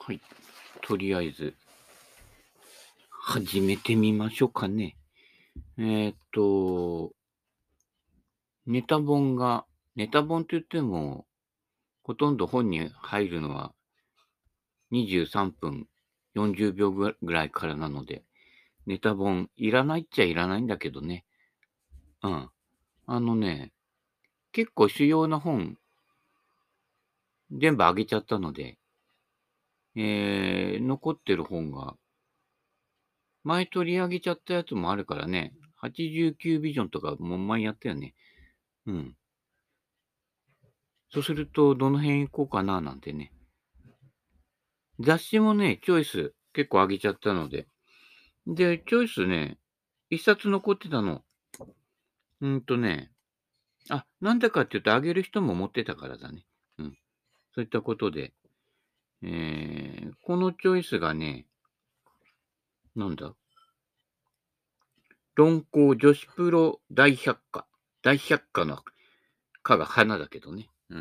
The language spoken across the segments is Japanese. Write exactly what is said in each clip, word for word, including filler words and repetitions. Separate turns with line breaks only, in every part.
はい。とりあえず、始めてみましょうかね。えーっと、ネタ本が、ネタ本と言っても、ほとんど本に入るのはにじゅうさんぷんよんじゅうびょうぐぐらいからなので、ネタ本いらないっちゃいらないんだけどね。うん。あのね、結構主要な本、全部あげちゃったので、えー、残ってる本が、前取り上げちゃったやつもあるからね、はちじゅうきゅうビジョンとかも前やったよね。うん。そうすると、どの辺行こうかななんてね。雑誌もね、チョイス結構上げちゃったので。で、チョイスね、一冊残ってたの。うんとね、あ、なんでかって言うと、あげる人も持ってたからだね。うん。そういったことで、えー、このチョイスがね、なんだ論考女子プロ大百科。大百科の科が花だけどね。うん。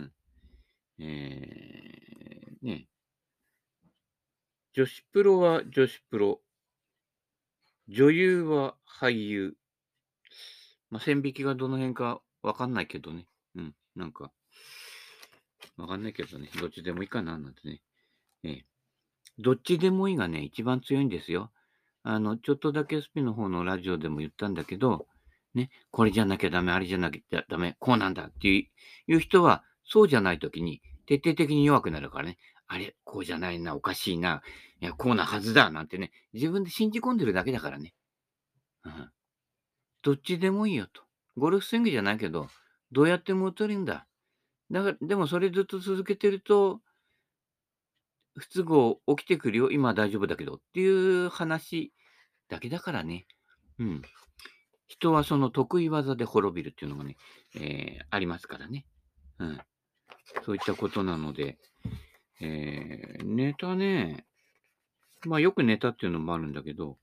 えー、ね、女子プロは女子プロ。女優は俳優。まあ、線引きがどの辺かわかんないけどね。うん、なんか、わかんないけどね。どっちでもいいかな、なんてね。ええ。どっちでもいいがね、一番強いんですよ。あの、ちょっとだけスピの方のラジオでも言ったんだけど、ね、これじゃなきゃダメ、あれじゃなきゃダメ、こうなんだっていういう人は、そうじゃないときに徹底的に弱くなるからね。あれ、こうじゃないな、おかしいな、いや、こうなはずだ、なんてね、自分で信じ込んでるだけだからね。うん。どっちでもいいよと。ゴルフスイングじゃないけど、どうやっても打てるんだ。だから、でもそれずっと続けてると、不都合起きてくるよ。今は大丈夫だけどっていう話だけだからね。うん。人はその得意技で滅びるっていうのがね、えーありますからね。うん。そういったことなので、えーネタね、まあよくネタっていうのもあるんだけど、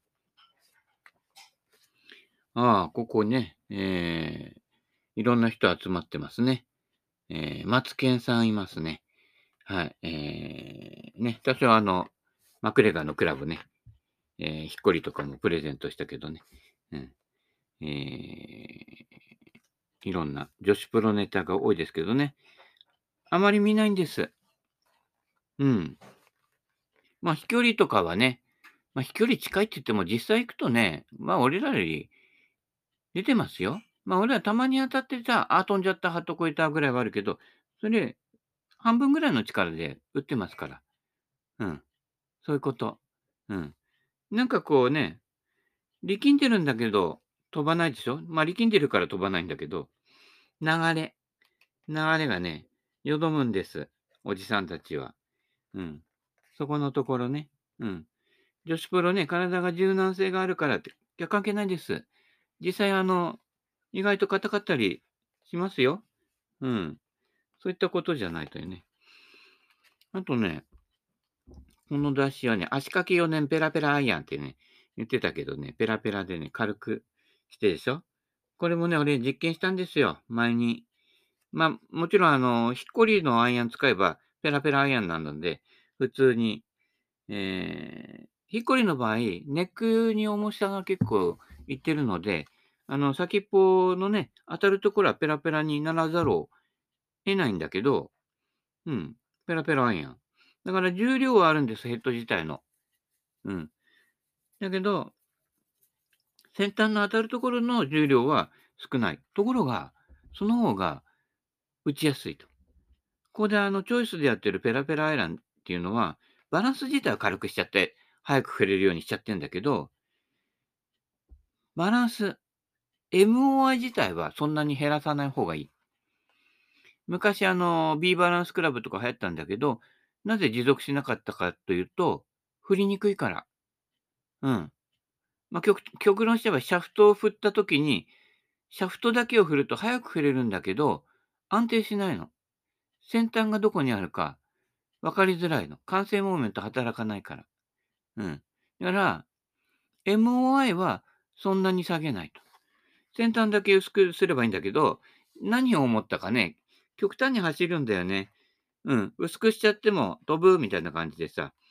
ああ、ここね、えーいろんな人集まってますね。えー、マツケンさんいますね。はい。えー、ね、私はあの、マクレガのクラブね、えー、ヒッコリとかもプレゼントしたけどね。うん。えー、いろんな女子プロネタが多いですけどね。あまり見ないんです。うん。まあ、飛距離とかはね、まあ、飛距離近いって言っても実際行くとね、まあ、俺らより出てますよ。まあ、俺はたまに当たってさ、あ、飛んじゃった、ハット超えたぐらいはあるけど、それ、半分ぐらいの力で打ってますから。うん。そういうこと。うん。なんかこうね、力んでるんだけど、飛ばないでしょ。まあ、力んでるから飛ばないんだけど、流れ、流れがね、よどむんです。おじさんたちは。うん。そこのところね。うん。女子プロね、体が柔軟性があるからって、いや、関係ないです。実際、あの、意外と硬かったりしますよ。うん。そういったことじゃないとね。あとね、この雑誌はね、足掛けよねんペラペラアイアンってね、言ってたけどね、ペラペラでね、軽くしてでしょ。これもね、俺実験したんですよ、前に。まあ、もちろん、あの、ヒッコリのアイアン使えば、ペラペラアイアンなので、普通に、えー、ヒッコリの場合、ネックに重さが結構いってるので、あの、先っぽのね、当たるところはペラペラにならざるを得ないんだけど、うん、ペラペラアイアン。だから重量はあるんです、ヘッド自体の。うん。だけど、先端の当たるところの重量は少ない。ところが、その方が打ちやすいと。ここであの、チョイスでやってるペラペラアイランっていうのは、バランス自体は軽くしちゃって、早く振れるようにしちゃってんだけど、バランス、エムオーアイ 自体はそんなに減らさない方がいい。昔あの、B バランスクラブとか流行ったんだけど、なぜ持続しなかったかというと、振りにくいから。うん。まあ、極極論してはシャフトを振った時に、シャフトだけを振ると早く振れるんだけど、安定しないの。先端がどこにあるか分かりづらいの。慣性モーメント働かないから。うん。だから、エムオーアイ はそんなに下げないと。先端だけ薄くすればいいんだけど、何を思ったかね、極端に走るんだよね。うん。薄くしちゃっても飛ぶみたいな感じでさ。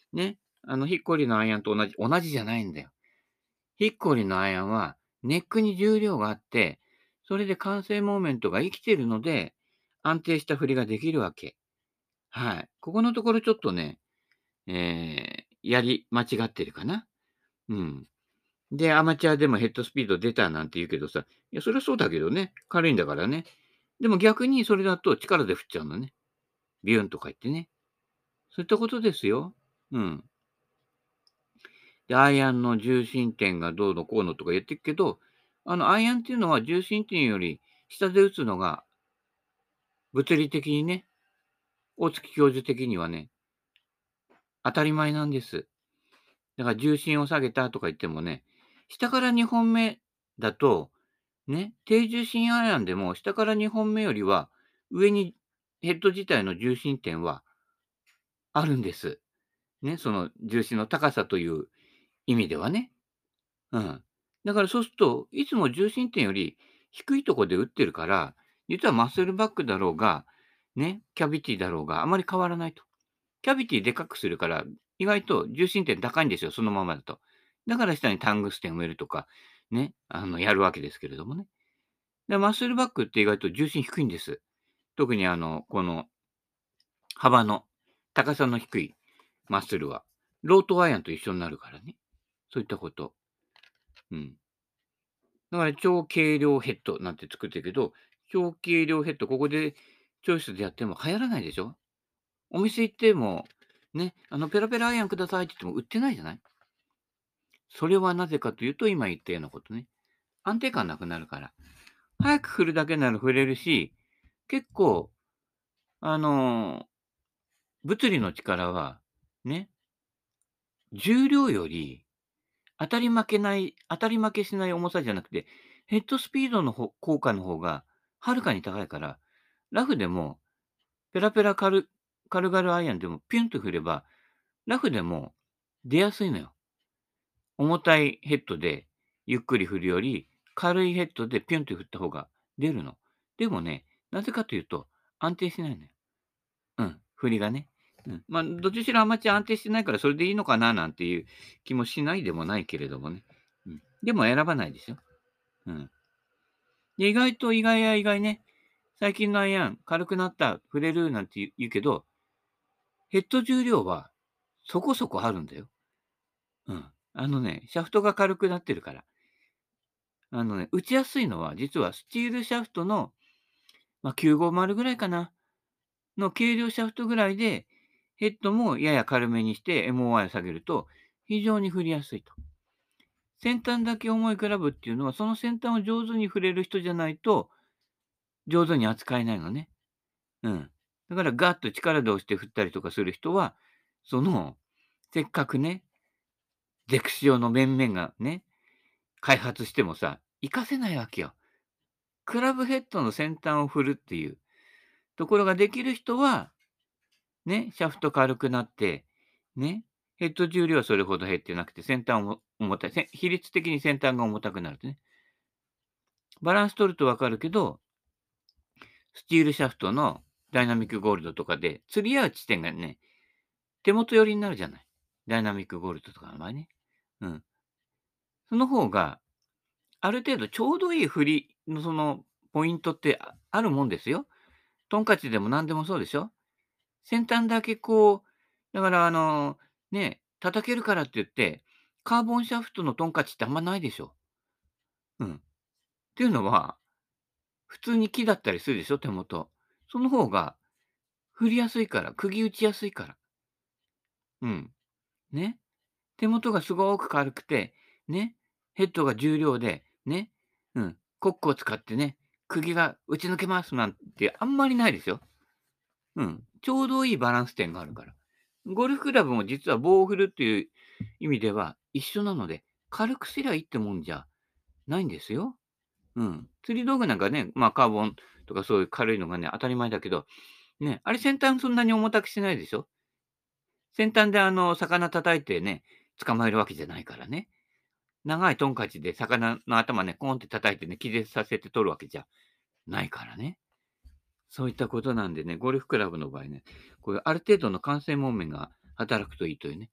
ね。あの、ヒッコリのアイアンと同じ同じじゃないんだよ。ヒッコリのアイアンは、ネックに重量があって、それで慣性モーメントが生きてるので、安定した振りができるわけ。はい。ここのところちょっとね、えーやり間違ってるかな。うん。で、アマチュアでもヘッドスピード出たなんて言うけどさ、いや、それはそうだけどね。軽いんだからね。でも逆にそれだと力で振っちゃうのね。ビューンとか言ってね。そういったことですよ。うん。で、アイアンの重心点がどうのこうのとか言ってるけど、あの、アイアンっていうのは重心点より下で打つのが物理的にね、大月教授的にはね、当たり前なんです。だから重心を下げたとか言ってもね、下からにほんめだと、ね、低重心アイアンでも下からにほんめよりは上にヘッド自体の重心点はあるんです。ね、その重心の高さという意味ではね。うん。だからそうすると、いつも重心点より低いところで打ってるから、実はマッスルバックだろうが、ね、キャビティだろうがあまり変わらないと。キャビティでかくするから、意外と重心点高いんですよ、そのままだと。だから下にタングステン埋めるとか、ね、あの、やるわけですけれどもね。で、マッスルバックって意外と重心低いんです。特にあの、この幅の高さの低いマッスルは、ロートアイアンと一緒になるからね。そういったこと。うん。だから超軽量ヘッドなんて作ってるけど、超軽量ヘッド、ここでチョイスでやっても流行らないでしょ。お店行っても、ね、あの、ペラペラアイアンくださいって言っても売ってないじゃない。それはなぜかというと、今言ったようなことね。安定感なくなるから。早く振るだけなら振れるし、結構、あの、物理の力は、ね、重量より当たり負けない、当たり負けしない重さじゃなくて、ヘッドスピードのほ効果の方がはるかに高いから、ラフでもペラペラ軽軽々アイアンでもピュンと振れば、ラフでも出やすいのよ。重たいヘッドでゆっくり振るより、軽いヘッドでピュンと振った方が出るの。でもね、なぜかというと、安定しないのよ。うん、振りがね。うん。まあ、どっちにしろアマチュア安定してないからそれでいいのかななんていう気もしないでもないけれどもね。うん。でも選ばないですよ。うん。で、意外と意外や意外ね、最近のアイアン軽くなった、振れるなんて言う言うけど、ヘッド重量はそこそこあるんだよ。うん。あのね、シャフトが軽くなってるから。あのね、打ちやすいのは実はスチールシャフトの、まあ、きゅうごーぐらいかな、の軽量シャフトぐらいで、ヘッドもやや軽めにして エムオーアイ を下げると、非常に振りやすいと。先端だけ重いクラブっていうのは、その先端を上手に振れる人じゃないと、上手に扱えないのね。うん。だからガッと力で押して振ったりとかする人は、その、せっかくね、ゼクシオの面々がね、開発してもさ、活かせないわけよ。クラブヘッドの先端を振るっていうところができる人は、ね、シャフト軽くなって、ね、ヘッド重量はそれほど減ってなくて、先端も重たい、せ比率的に先端が重たくなるとね。バランス取るとわかるけど、スチールシャフトのダイナミックゴールドとかで、釣り合う地点がね、手元寄りになるじゃない。ダイナミックゴールドとかの場合ね。うん。その方が、ある程度ちょうどいい振りのそのポイントってああるもんですよ。トンカチでも何でもそうでしょ。先端だけこう、だからあの、ね、叩けるからって言って、カーボンシャフトのトンカチってあんまないでしょ。うん。っていうのは、普通に木だったりするでしょ、手元。その方が振りやすいから、釘打ちやすいから。うん。ね。手元がすごく軽くて、ね、ヘッドが重量で、ね、うん、コックを使ってね、釘が打ち抜けますなんてあんまりないですよ。うん。ちょうどいいバランス点があるから。ゴルフクラブも実は棒を振るっていう意味では一緒なので、軽くすりゃいいってもんじゃないんですよ。うん。釣り道具なんかね、まあカーボンとかそういう軽いのがね、当たり前だけど、ね、あれ先端そんなに重たくしないでしょ。先端であの、魚叩いてね、捕まえるわけじゃないからね。長いトンカチで魚の頭ね、コーンって叩いてね、気絶させて取るわけじゃないからね。そういったことなんでね、ゴルフクラブの場合ね、こういうある程度の慣性モーメンが働くといいというね。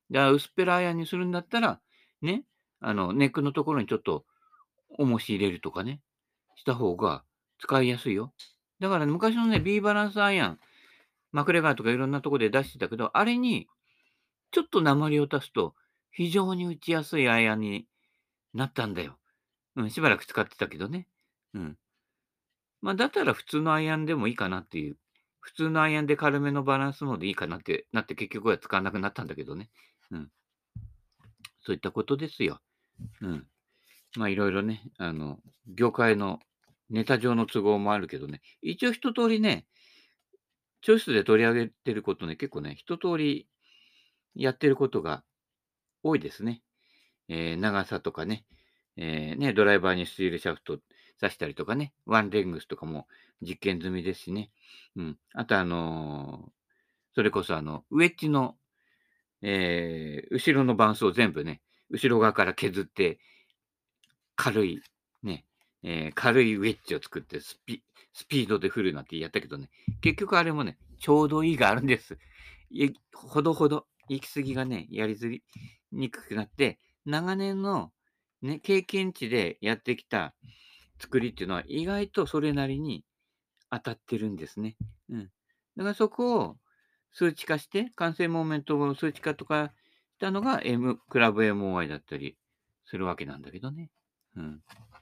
で、あ、薄っぺらアイアンにするんだったら、ね、あの、ネックのところにちょっと重し入れるとかね、した方が使いやすいよ。だからね、昔のね、B バランスアイアン、マクレガーとかいろんなとこで出してたけど、あれにちょっと鉛を足すと、非常に打ちやすいアイアンになったんだよ。うん、しばらく使ってたけどね。うん。ま、だったら普通のアイアンでもいいかなっていう。普通のアイアンで軽めのバランスのでいいかなってなって、結局は使わなくなったんだけどね。うん。そういったことですよ。うん。ま、いろいろね、あの、業界のネタ上の都合もあるけどね、一応一通りね、チョイスで取り上げてることね、結構ね、一通りやってることが多いですね。えー長さとかね、えーね、ドライバーにスチールシャフト刺したりとかね、ワンレングスとかも実験済みですしね。うん。あとあのーそれこそあの、ウェッジの、えー後ろのバンスを全部ね、後ろ側から削って、軽い、ね、えー軽いウェッジを作ってスピスピードで振るなんてやったけどね、結局あれもね、ちょうどいいがあるんです。いほどほど、行き過ぎがね、やりずりにくくなって、長年のね、経験値でやってきた作りっていうのは、意外とそれなりに当たってるんですね。うん。だからそこを数値化して、完成モーメントを数値化とかしたのが M クラブ エムオーアイ だったりするわけなんだけどね。うん。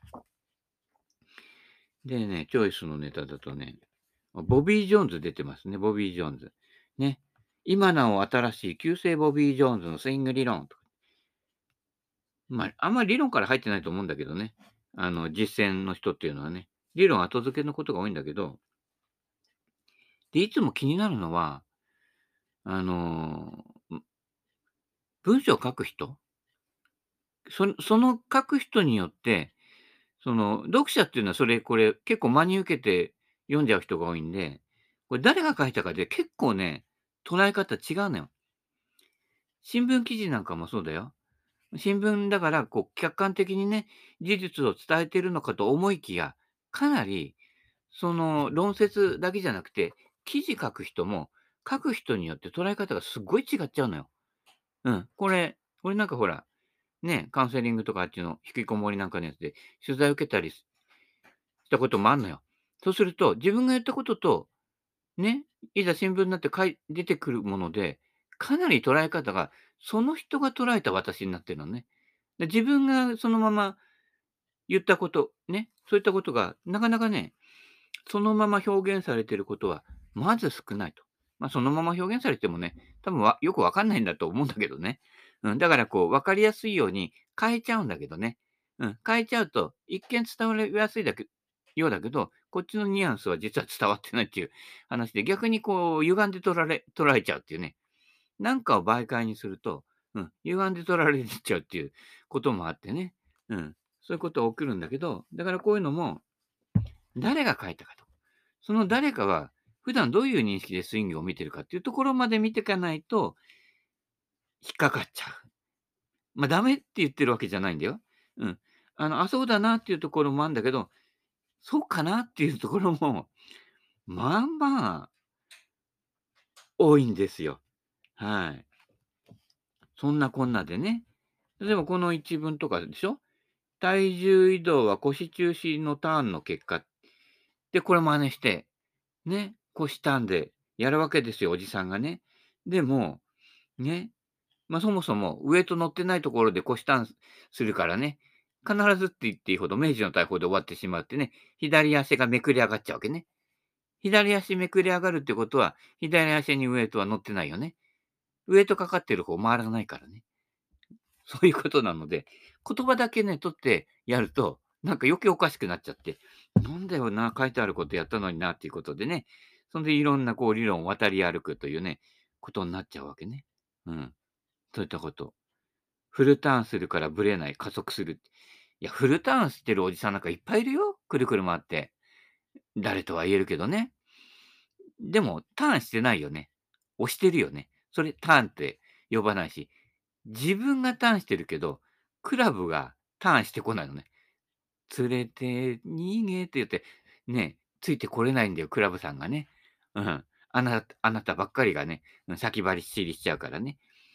でね、チョイスのネタだとね、ボビー・ジョーンズ出てますね、ボビー・ジョーンズ。ね。今なお新しい旧姓ボビー・ジョーンズのスイング理論とか。まあ、あんまり理論から入ってないと思うんだけどね。あの、実践の人っていうのはね。理論後付けのことが多いんだけど、で、いつも気になるのは、あの、ん文章を書く人そその書く人によって、その、読者っていうのはそれこれ結構真に受けて読んじゃう人が多いんで、これ誰が書いたかで結構ね、捉え方違うのよ。新聞記事なんかもそうだよ。新聞だから、こう、客観的にね、事実を伝えてるのかと思いきや、かなり、その、論説だけじゃなくて、記事書く人も、書く人によって捉え方がすごい違っちゃうのよ。うん。これ、これなんかほら、ね、カウンセリングとかあっちの引きこもりなんかのやつで取材を受けたりしたこともあんのよ。そうすると、自分が言ったことと、ね、いざ新聞になってかい出てくるもので、かなり捉え方が、その人が捉えた私になってるのね。で、自分がそのまま言ったこと、ね、そういったことがなかなかね、そのまま表現されていることはまず少ないと。まあ、そのまま表現されてもね、多分わよくわかんないんだと思うんだけどね。うん、だからこう分かりやすいように変えちゃうんだけどね。うん、変えちゃうと一見伝わりやすいだけようだけど、こっちのニュアンスは実は伝わってないっていう話で、逆にこう歪んで取られ捉えちゃうっていうね。なんかを媒介にすると、うん、歪んで取られちゃうっていうこともあってね。うん。そういうこと起きるんだけど、だからこういうのも、誰が書いたかと。その誰かは、普段どういう認識でスイングを見てるかっていうところまで見ていかないと、引っかかっちゃう。ま、ダメって言ってるわけじゃないんだよ。うん。あの、あ、そうだなっていうところもあるんだけど、そうかなっていうところも、まあまあ多いんですよ。はい。そんなこんなでね。例えばこの一文とかでしょ、体重移動は腰中心のターンの結果。で、これ真似して、ね、腰ターンでやるわけですよ、おじさんがね。でも、ね、ま、そもそもウエイト乗ってないところで腰ターンするからね、必ずって言っていいほど明治の大砲で終わってしまうってね、左足がめくれ上がっちゃうわけね。左足めくれ上がるってことは、左足にウエイトは乗ってないよね。ウエイトかかってる方回らないからね。そういうことなので、言葉だけね、取ってやると、なんか余計おかしくなっちゃって、なんだよな、書いてあることやったのになっていうことでね、そんでいろんなこう理論を渡り歩くというね、ことになっちゃうわけね。うん。そういったこと。フルターンするからブレない、加速する。いや、フルターンしてるおじさんなんかいっぱいいるよ。くるくる回って。誰とは言えるけどね。でも、ターンしてないよね。押してるよね。それターンって呼ばないし、自分がターンしてるけど、クラブがターンしてこないのね。連れて逃げって言って、ね、ついてこれないんだよ、クラブさんがね。うん。あなあなたばっかりがね、うん、先走りしちゃうからね。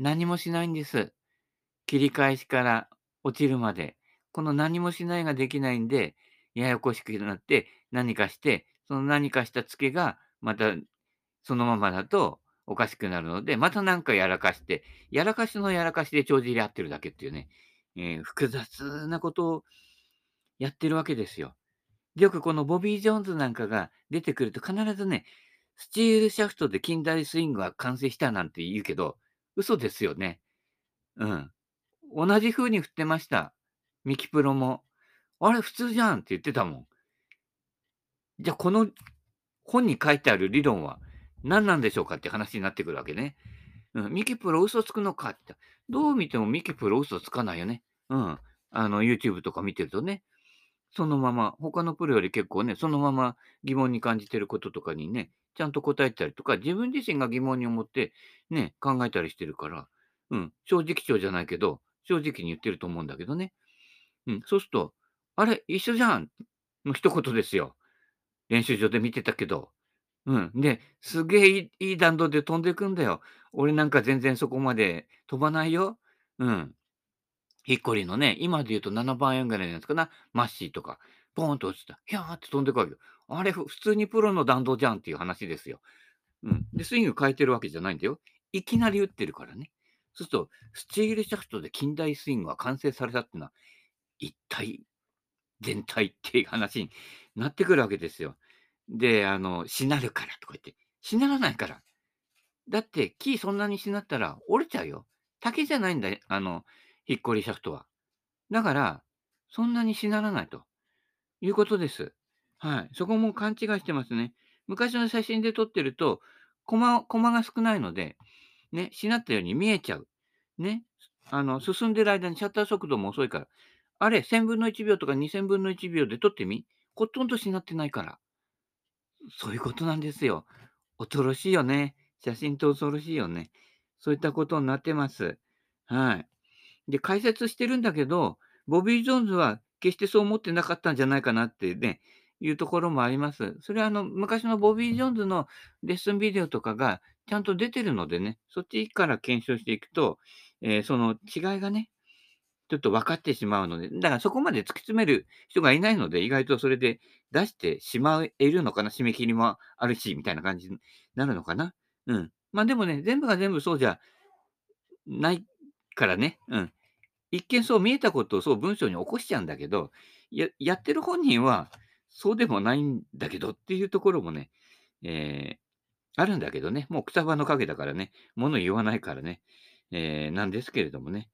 何もしないんです。切り返しから落ちるまで。この何もしないができないんで、ややこしくなって、何かして、その何かしたツケが、またそのままだとおかしくなるので、またなんかやらかして、やらかしのやらかしで帳尻合ってるだけっていうね、えー複雑なことをやってるわけですよ。よくこのボビー・ジョーンズなんかが出てくると必ずね、スチールシャフトで近代スイングが完成したなんて言うけど、嘘ですよね。うん。同じ風に振ってました。ミキプロも。あれ、普通じゃんって言ってたもん。じゃあ、この本に書いてある理論は何なんでしょうかって話になってくるわけね。うん、ミキプロ嘘つくのかって。どう見てもミキプロ嘘つかないよね。うん。あの、YouTube とか見てるとね。そのまま、他のプロより結構ね、そのまま疑問に感じてることとかにね、ちゃんと答えたりとか、自分自身が疑問に思って、ね、考えたりしてるから、うん、正直長じゃないけど、正直に言ってると思うんだけどね。うん、そうすると、あれ、一緒じゃんの一言ですよ。練習場で見てたけど。うん。で、すげえいいいい弾道で飛んでいくんだよ。俺なんか全然そこまで飛ばないよ。うん。ヒッコリのね、今で言うとななばん円ぐらいのやつかな、マッシーとか、ポーンと落ちた。ヒャーって飛んでくわけよ。あれ、ふ普通にプロの弾道じゃんっていう話ですよ。うん。で、スイング変えてるわけじゃないんだよ。いきなり打ってるからね。そうすると、スチールシャフトで近代スイングが完成されたっていうのは、一体全体っていう話になってくるわけですよ。で、あの、しなるからとか言って、しならないから。だって、木そんなにしなったら折れちゃうよ。竹じゃないんだよ、あの、ヒッコリシャフトは。だから、そんなにしならないということです。はい。そこも勘違いしてますね。昔の写真で撮ってると、コマコマが少ないので、ね、しなったように見えちゃう。ね。あの、進んでる間にシャッター速度も遅いから。あれ、せんぶんのいちびょうとかにせんぶんのいちびょうで撮ってみほとんどしなってないから。そういうことなんですよ。恐ろしいよね。写真って恐ろしいよね。そういったことになってます。はい。で、解説してるんだけど、ボビー・ジョーンズは決してそう思ってなかったんじゃないかなってね、いうところもあります。それはあの、昔のボビー・ジョーンズのレッスンビデオとかがちゃんと出てるのでね、そっちから検証していくと、えーその違いがね、ちょっと分かってしまうので、だからそこまで突き詰める人がいないので、意外とそれで出してしまえるのかな、締め切りもあるし、みたいな感じになるのかな。うん。ま、でもね、全部が全部そうじゃないからね。うん。一見そう見えたことをそう文章に起こしちゃうんだけど、ややってる本人はそうでもないんだけどっていうところもね、えーあるんだけどね、もう草葉の陰だからね、物言わないからね、えーなんですけれどもね。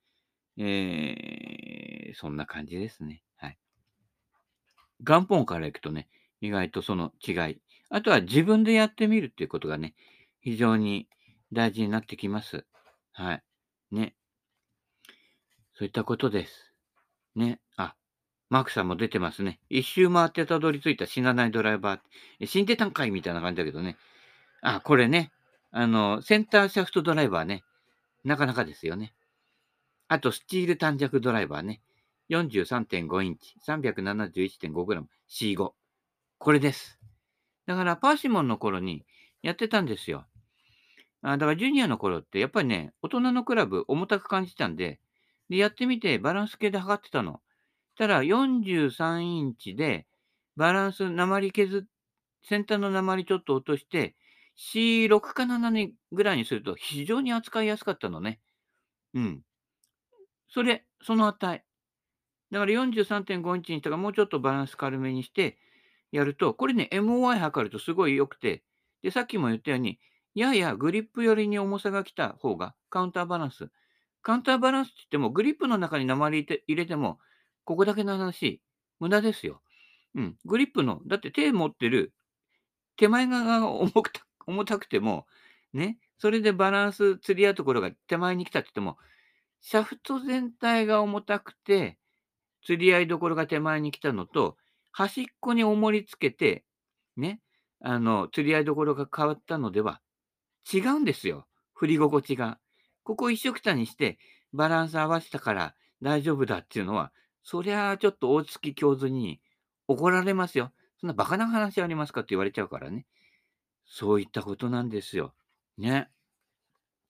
えーそんな感じですね。はい。元本からいくとね、意外とその違い。あとは自分でやってみるっていうことがね、非常に大事になってきます。はい。ね。そういったことです。ね。あ、マークさんも出てますね。一周回ってたどり着いた死なないドライバー。え死んでたんかいみたいな感じだけどね。あ、これね。あの、センターシャフトドライバーね。なかなかですよね。あと、スチール短尺ドライバーね。よんじゅうさんてんごインチ、さんびゃくななじゅういちてんごグラム、シーご。これです。だから、パーシモンの頃にやってたんですよ。あだから、ジュニアの頃って、やっぱりね、大人のクラブ重たく感じたんで、で、やってみてバランス計で測ってたの。たら、よんじゅうさんインチで、バランス、鉛削っ先端の鉛ちょっと落として、シーろく かななにぐらいにすると非常に扱いやすかったのね。うん。それ、その値。だからよんじゅうさんてんごインチにしたからもうちょっとバランス軽めにしてやると、これね、エムオーアイ 測るとすごい良くて、で、さっきも言ったように、ややグリップ寄りに重さが来た方がカウンターバランス。カウンターバランスって言っても、グリップの中に鉛入れて入れても、ここだけの話、無駄ですよ。うん。グリップの、だって手持ってる手前側が重くた重たくても、ね、それでバランス釣り合うところが手前に来たって言っても、シャフト全体が重たくて釣り合いどころが手前に来たのと、端っこに重りつけて、ね、あの、釣り合いどころが変わったのでは違うんですよ、振り心地が。ここ一緒くたにしてバランス合わせたから大丈夫だっていうのは、そりゃあちょっと大月教授に怒られますよ。そんな馬鹿な話ありますかって言われちゃうからね。そういったことなんですよ。ね。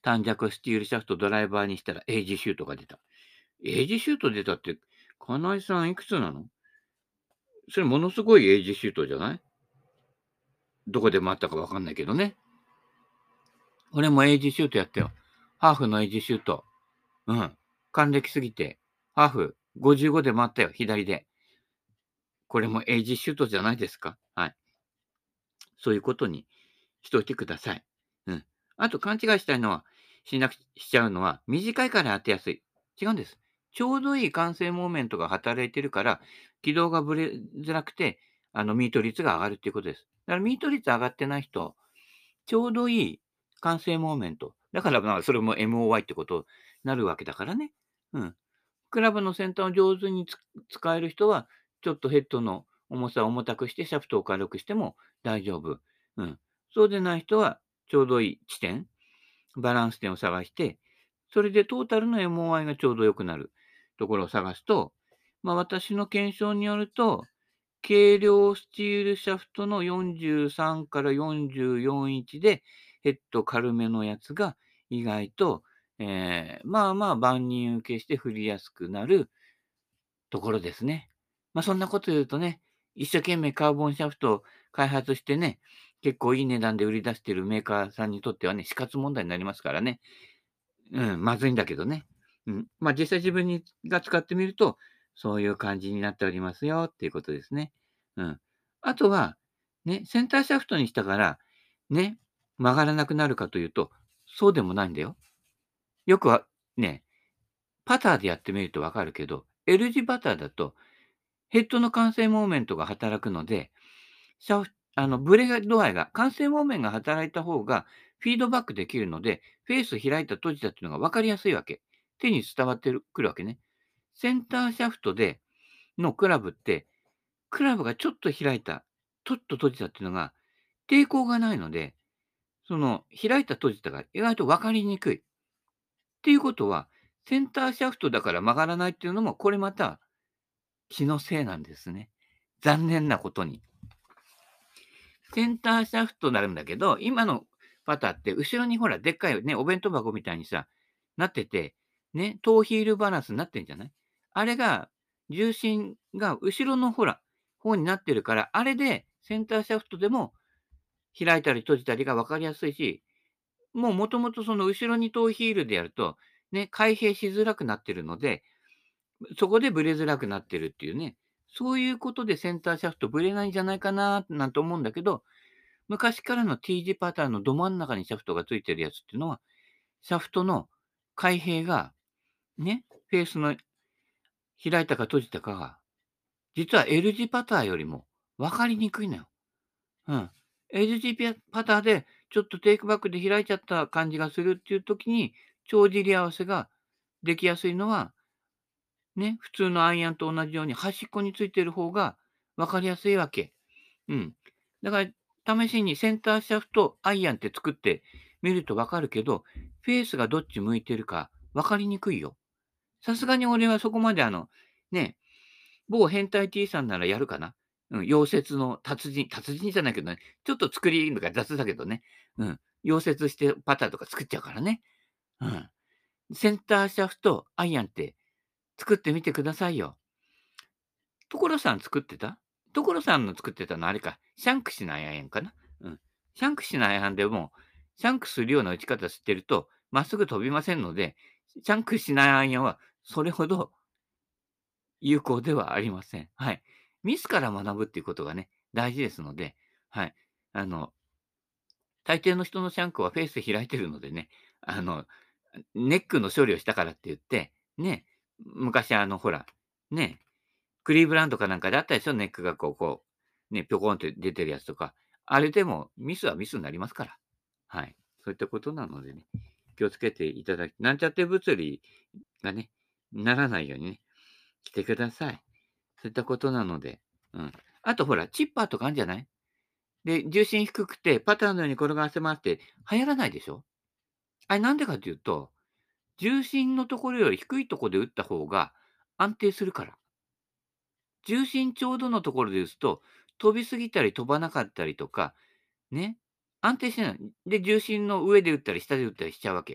短尺スチールシャフトドライバーにしたらエイジシュートが出た。エイジシュート出たって、金井さんいくつなの？それものすごいエイジシュートじゃない？どこでもあったかわかんないけどね。俺もエイジシュートやったよ。ハーフのエイジシュート。うん。還暦すぎて、ハーフごじゅうごで回ったよ、左で。これもエイジシュートじゃないですか？はい。そういうことにしといてください。うん。あと勘違いしたいのは、しなくしちゃうのは、短いから当てやすい。違うんです。ちょうどいい完成モーメントが働いてるから、軌道がぶれづらくて、あの、ミート率が上がるっていうことです。だからミート率上がってない人、ちょうどいい完成モーメント。だからまあ、それも エムオーワイ ってことになるわけだからね。うん。クラブの先端を上手につ使える人は、ちょっとヘッドの重さを重たくして、シャフトを軽くしても大丈夫。うん。そうでない人は、ちょうどいい地点、バランス点を探して、それでトータルの エムオーアイ がちょうど良くなるところを探すと、まあ、私の検証によると、軽量スチールシャフトのよんじゅうさんからよんじゅうよんインチで、ヘッド軽めのやつが意外と、えーまあまあ万人受けして振りやすくなるところですね。まあそんなこと言うとね、一生懸命カーボンシャフトを開発してね、結構いい値段で売り出しているメーカーさんにとってはね、死活問題になりますからね。うん、まずいんだけどね。うん。まあ実際自分にが使ってみると、そういう感じになっておりますよっていうことですね。うん。あとは、ね、センターシャフトにしたから、ね、曲がらなくなるかというと、そうでもないんだよ。よくは、ね、パターでやってみるとわかるけど、L 字パターだとヘッドの完成モーメントが働くので、シャフあの、ブレ度合いが、完成モーメントが働いた方がフィードバックできるので、フェース開いた閉じたっていうのが分かりやすいわけ。手に伝わってるくるわけね。センターシャフトでのクラブって、クラブがちょっと開いた、ちょっと閉じたっていうのが抵抗がないので、その開いた閉じたが意外と分かりにくい。っていうことは、センターシャフトだから曲がらないっていうのも、これまた気のせいなんですね。残念なことに。センターシャフトになるんだけど、今のパターって後ろにほら、でっかいね、お弁当箱みたいにさ、なってて、ね、トーヒールバランスになってんじゃない？あれが、重心が後ろのほら、方になってるから、あれでセンターシャフトでも開いたり閉じたりが分かりやすいし、もうもともとその後ろにトーヒールでやると、ね、開閉しづらくなってるので、そこでブレづらくなってるっていうね、そういうことでセンターシャフトブレないんじゃないかななんて思うんだけど、昔からの T 字パターンのど真ん中にシャフトがついてるやつっていうのは、シャフトの開閉が、ね、フェースの開いたか閉じたかが、実は L 字パターよりも分かりにくいのよ。うん。L 字ピャパターでちょっとテイクバックで開いちゃった感じがするっていう時に、帳尻合わせができやすいのは、ね、普通のアイアンと同じように端っこについてる方が分かりやすいわけ。うん。だから、試しにセンターシャフトアイアンって作ってみると分かるけど、フェースがどっち向いてるか分かりにくいよ。さすがに俺はそこまであの、ね、某変態 T さんならやるかな。うん、溶接の達人、達人じゃないけどね、ちょっと作りが雑だけどね。うん。溶接してパターとか作っちゃうからね。うん。センターシャフトアイアンって作ってみてくださいよ。所さん作ってた？所さんの作ってたのあれか、シャンクシのアイアンかな？うん。シャンクシのアイアンでも、シャンクするような打ち方知ってると、まっすぐ飛びませんので、シャンクしないアイアンはそれほど有効ではありません。はい。ミスから学ぶっていうことがね、大事ですので、はい。あの、大抵の人のシャンクはフェース開いてるのでね、あの、ネックの処理をしたからって言って、ね、昔あの、ほら、ね、クリーブランドかなんかであったでしょ、ネックがこうこう、ね、ぴょこんって出てるやつとか。あれでもミスはミスになりますから。はい。そういったことなのでね、気をつけていただきなんちゃって物理がね、ならないようにね、してください。そういったことなので、うん。あとほら、チッパーとかあるんじゃない？で、重心低くてパターンのように転がせますって流行らないでしょ？あれなんでかっていうと、重心のところより低いところで打った方が安定するから。重心ちょうどのところで打つと、飛びすぎたり飛ばなかったりとか、ね、安定してない。で、重心の上で打ったり下で打ったりしちゃうわけ。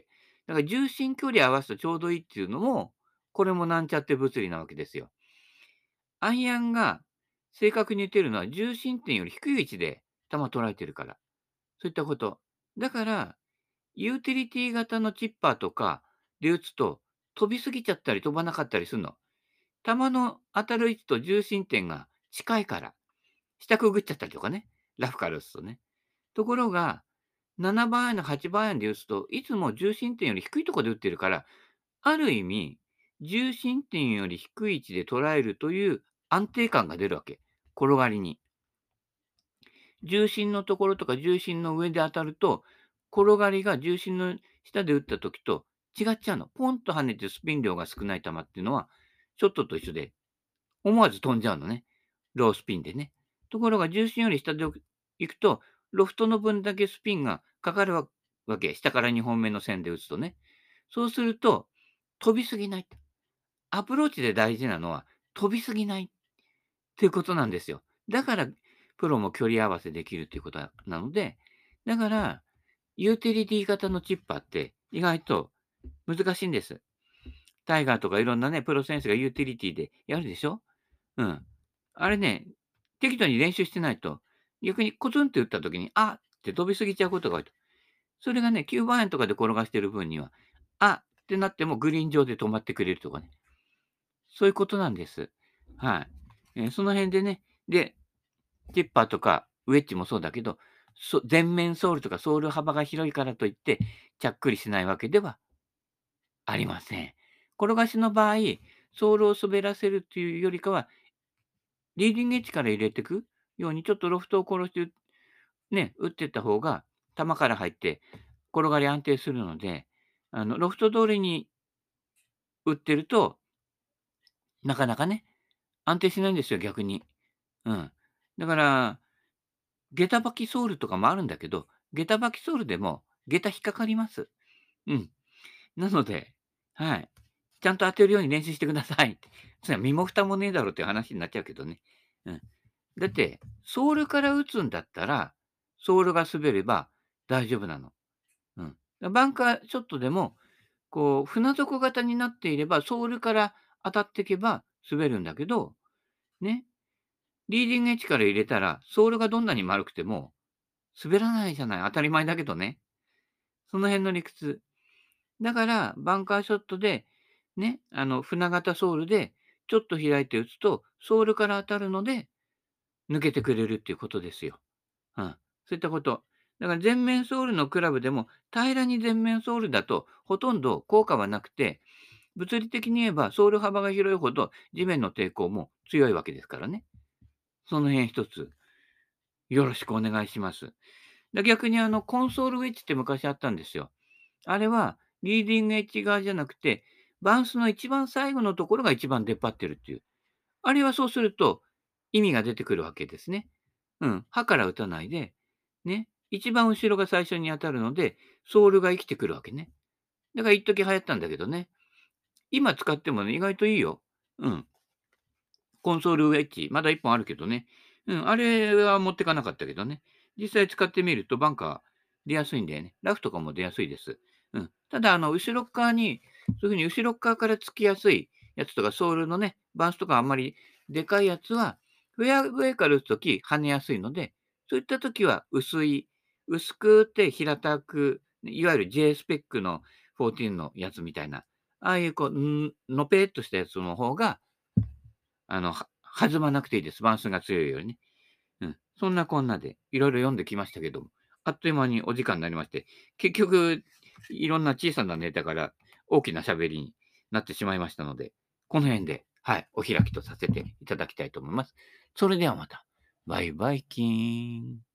だから重心距離合わすとちょうどいいっていうのも、これもなんちゃって物理なわけですよ。アイアンが正確に打てるのは重心点より低い位置で球捉えてるから。そういったこと。だから、ユーティリティ型のチッパーとかで打つと、飛びすぎちゃったり飛ばなかったりするの。球の当たる位置と重心点が近いから。下くぐっちゃったりとかね。ラフから打つとね。ところが、ななばんアイアンのはちばんアイアンで打つと、いつも重心点より低いところで打ってるから、ある意味、重心点より低い位置で捉えるという安定感が出るわけ。転がりに。重心のところとか重心の上で当たると、転がりが重心の下で打った時と違っちゃうの。ポンと跳ねてスピン量が少ない球っていうのは、ショットと一緒で、思わず飛んじゃうのね。ロースピンでね。ところが重心より下で行くと、ロフトの分だけスピンがかかるわわけ。下からにほんめの線で打つとね。そうすると、飛びすぎない。アプローチで大事なのは、飛びすぎないっていうことなんですよ。だから、プロも距離合わせできるっていうことなので、だから、ユーティリティ型のチッパーって意外と難しいんです。タイガーとかいろんなね、プロ選手がユーティリティでやるでしょ。うん。あれね、適度に練習してないと、逆にコツンって打った時に、あって飛びすぎちゃうことが多いと。それがね、きゅうばんアイアンとかで転がしてる分には、あってなってもグリーン上で止まってくれるとかね。そういうことなんです。はい。えーその辺でね、で、チッパーとかウェッジもそうだけど、そ全面ソールとかソール幅が広いからといって、ちゃっくりしないわけではありません。転がしの場合、ソールを滑らせるっていうよりかは、リーディングエッジから入れていくように、ちょっとロフトを殺してね、打っていった方が、球から入って転がり安定するので、あの、ロフト通りに打ってると、なかなかね、安定しないんですよ、逆に。うん。だから、下駄履きソールとかもあるんだけど、下駄履きソールでも下駄引っかかります。うん。なので、はい。ちゃんと当てるように練習してくださいって。そんな身も蓋もねえだろっていう話になっちゃうけどね。うん。だって、ソールから打つんだったら、ソールが滑れば大丈夫なの。うん。バンカーショットでも、こう、船底型になっていれば、ソールから当たっていけば滑るんだけど、ね、リーディングエッジから入れたら、ソールがどんなに丸くても滑らないじゃない。当たり前だけどね。その辺の理屈。だから、バンカーショットで、ね、あの、船型ソールで、ちょっと開いて打つと、ソールから当たるので、抜けてくれるっていうことですよ。うん。そういったこと。だから全面ソールのクラブでも、平らに全面ソールだと、ほとんど効果はなくて、物理的に言えば、ソール幅が広いほど、地面の抵抗も強いわけですからね。その辺一つ、よろしくお願いします。で逆にあの、コンソールウェッジって昔あったんですよ。あれは、リーディングエッジ側じゃなくて、バンスの一番最後のところが一番出っ張ってるっていう。あれはそうすると、意味が出てくるわけですね。うん。刃から打たないで、ね。一番後ろが最初に当たるので、ソールが生きてくるわけね。だから一時流行ったんだけどね。今使ってもね、意外といいよ。うん。コンソールウェッジ、まだ一本あるけどね。うん、あれは持ってかなかったけどね。実際使ってみるとバンカー出やすいんだよね。ラフとかも出やすいです。うん。ただ、あの、後ろっ側に、そういうふうに後ろっ側からつきやすいやつとか、ソールのね、バンスとかあんまりでかいやつは、フェアウェイから打つとき跳ねやすいので、そういったときは薄い、薄くて平たく、いわゆる J スペックのじゅうよんのやつみたいな、ああいうこう、んのぺーっとしたやつの方が、あの、は弾まなくていいです。バウンスが強いよりね。うん。そんなこんなで、いろいろ読んできましたけども、あっという間にお時間になりまして、結局、いろんな小さなネタから大きな喋りになってしまいましたので、この辺で、はい、お開きとさせていただきたいと思います。それではまた。バイバイキーン。